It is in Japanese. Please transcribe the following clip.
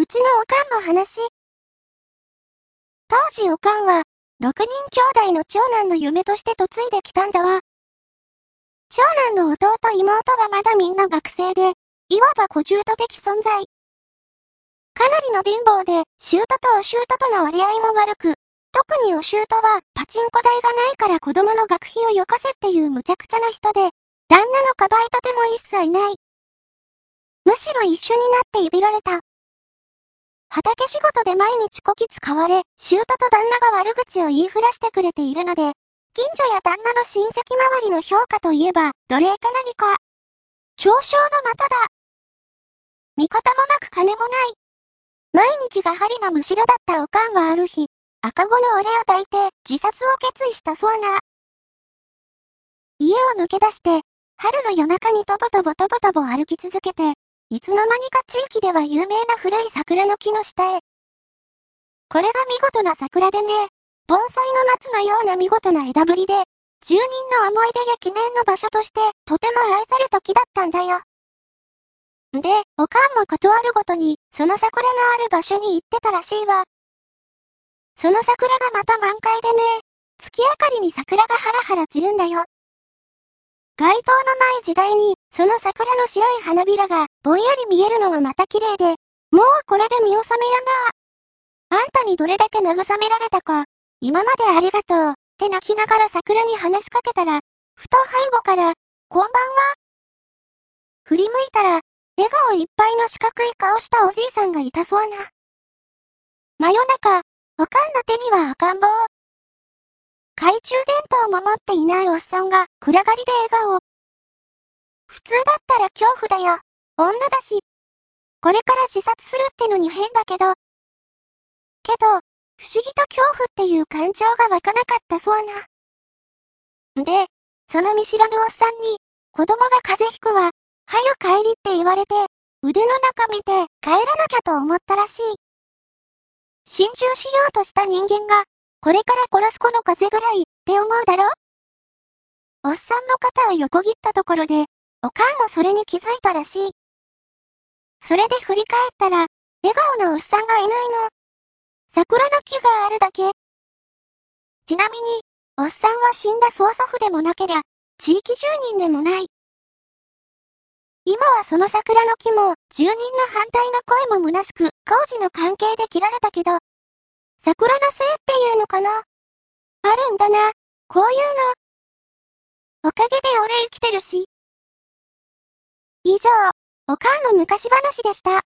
ちのおかんの話。当時おかんは、6人兄弟の長男の嫁として嫁いできたんだわ。長男の弟妹はまだみんな学生で、いわば小姑的存在。かなりの貧乏で、姑とお姑との割合も悪く、特にお姑はパチンコ代がないから子供の学費をよこせっていう無茶苦茶な人で、旦那のかばいとても一切ない。むしろ一緒になっていびられた。畑仕事で毎日こき使われ、姑と旦那が悪口を言いふらしてくれているので、近所や旦那の親戚周りの評価といえば、奴隷か何か。嘲笑の的だ。味方もなく金もない。毎日が針のむしろだったおかんはある日、赤子の俺を抱いて自殺を決意したそうな。家を抜け出して、春の夜中にとぼとぼ歩き続けて、いつの間にか地域では有名な古い桜の木の下へ。これが見事な桜でね、盆栽の松のような見事な枝ぶりで、住人の思い出や記念の場所として、とても愛された木だったんだよ。で、おかんもことあるごとに、その桜のある場所に行ってたらしいわ。その桜がまた満開でね、月明かりに桜がハラハラ散るんだよ。街灯のない時代に、その桜の白い花びらが、ぼんやり見えるのがまた綺麗で、もうこれで見納めやな。あんたにどれだけ慰められたか、今までありがとう、って泣きながら桜に話しかけたら、ふと背後から、こんばんは。振り向いたら、笑顔いっぱいの四角い顔したおじいさんがいたそうな。真夜中、おかんの手には赤ん坊。懐中電灯も持っていないおっさんが暗がりで笑顔。普通だったら恐怖だよ。女だし。これから自殺するってのに変だけど。けど、不思議と恐怖っていう感情が湧かなかったそうな。で、その見知らぬおっさんに、子供が風邪ひくわ。はよ帰りって言われて、腕の中見て帰らなきゃと思ったらしい。心中しようとした人間が、これから殺す子の風ぐらいって思うだろ？おっさんの肩を横切ったところで、おかんもそれに気づいたらしい。それで振り返ったら、笑顔のおっさんがいないの。桜の木があるだけ。ちなみに、おっさんは死んだ曽祖父でもなけりゃ、地域住人でもない。今はその桜の木も、住人の反対の声も虚しく、工事の関係で切られたけど、桜のせいっていうのかな？あるんだな、こういうの。おかげで俺生きてるし。以上、おかんの昔話でした。